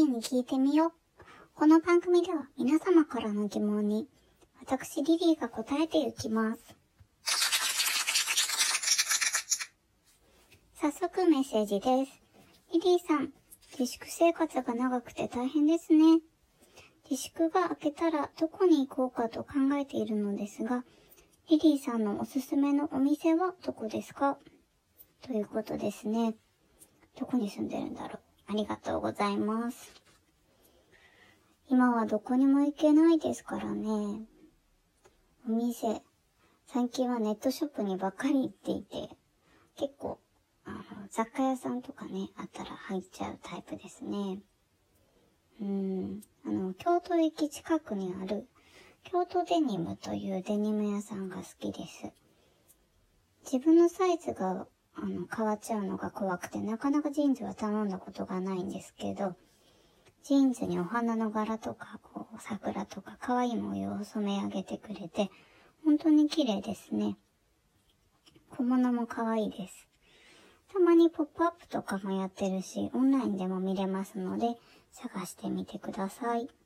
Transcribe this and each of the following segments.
リーに聞いてみよう。この番組では皆様からの疑問に私リリーが答えていきます。早速メッセージです。リリーさん、自粛生活が長くて大変ですね。自粛が明けたらどこに行こうかと考えているのですが、リリーさんのおすすめのお店はどこですか？ということですね。どこに住んでるんだろう。ありがとうございます。今はどこにも行けないですからね。お店、最近はネットショップにばっかり行っていて、結構、雑貨屋さんとかね、あったら入っちゃうタイプですね。京都駅近くにある、京都デニムというデニム屋さんが好きです。自分のサイズが、変わっちゃうのが怖くて、なかなかジーンズは頼んだことがないんですけど、ジーンズにお花の柄とか、桜とか可愛い模様を染め上げてくれて、本当に綺麗ですね。小物も可愛いです。たまにポップアップとかもやってるし、オンラインでも見れますので、探してみてください。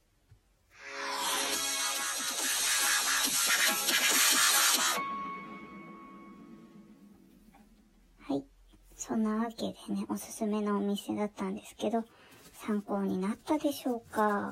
はい。そんなわけでね、おすすめのお店だったんですけど、参考になったでしょうか？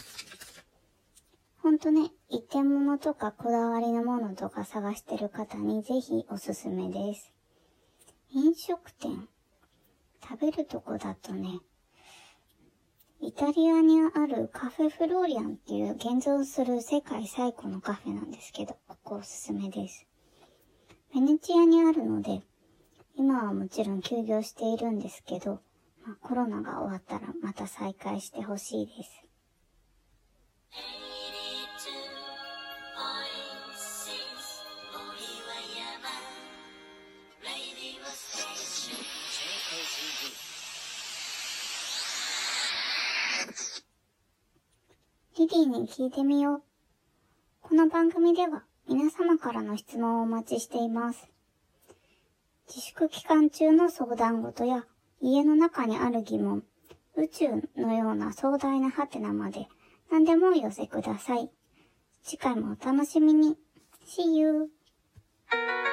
ほんとね、一点物とかこだわりのものとか探してる方にぜひおすすめです。飲食店、食べるとこだとね、イタリアにあるカフェフローリアンっていう現存する世界最古のカフェなんですけど、ここおすすめです。ベネチアにあるので、今はもちろん休業しているんですけど、コロナが終わったらまた再開してほしいです。リリーに聞いてみよう。この番組では皆様からの質問をお待ちしています。自粛期間中の相談事や家の中にある疑問、宇宙のような壮大なハテナまで何でもお寄せください。次回もお楽しみに。See you!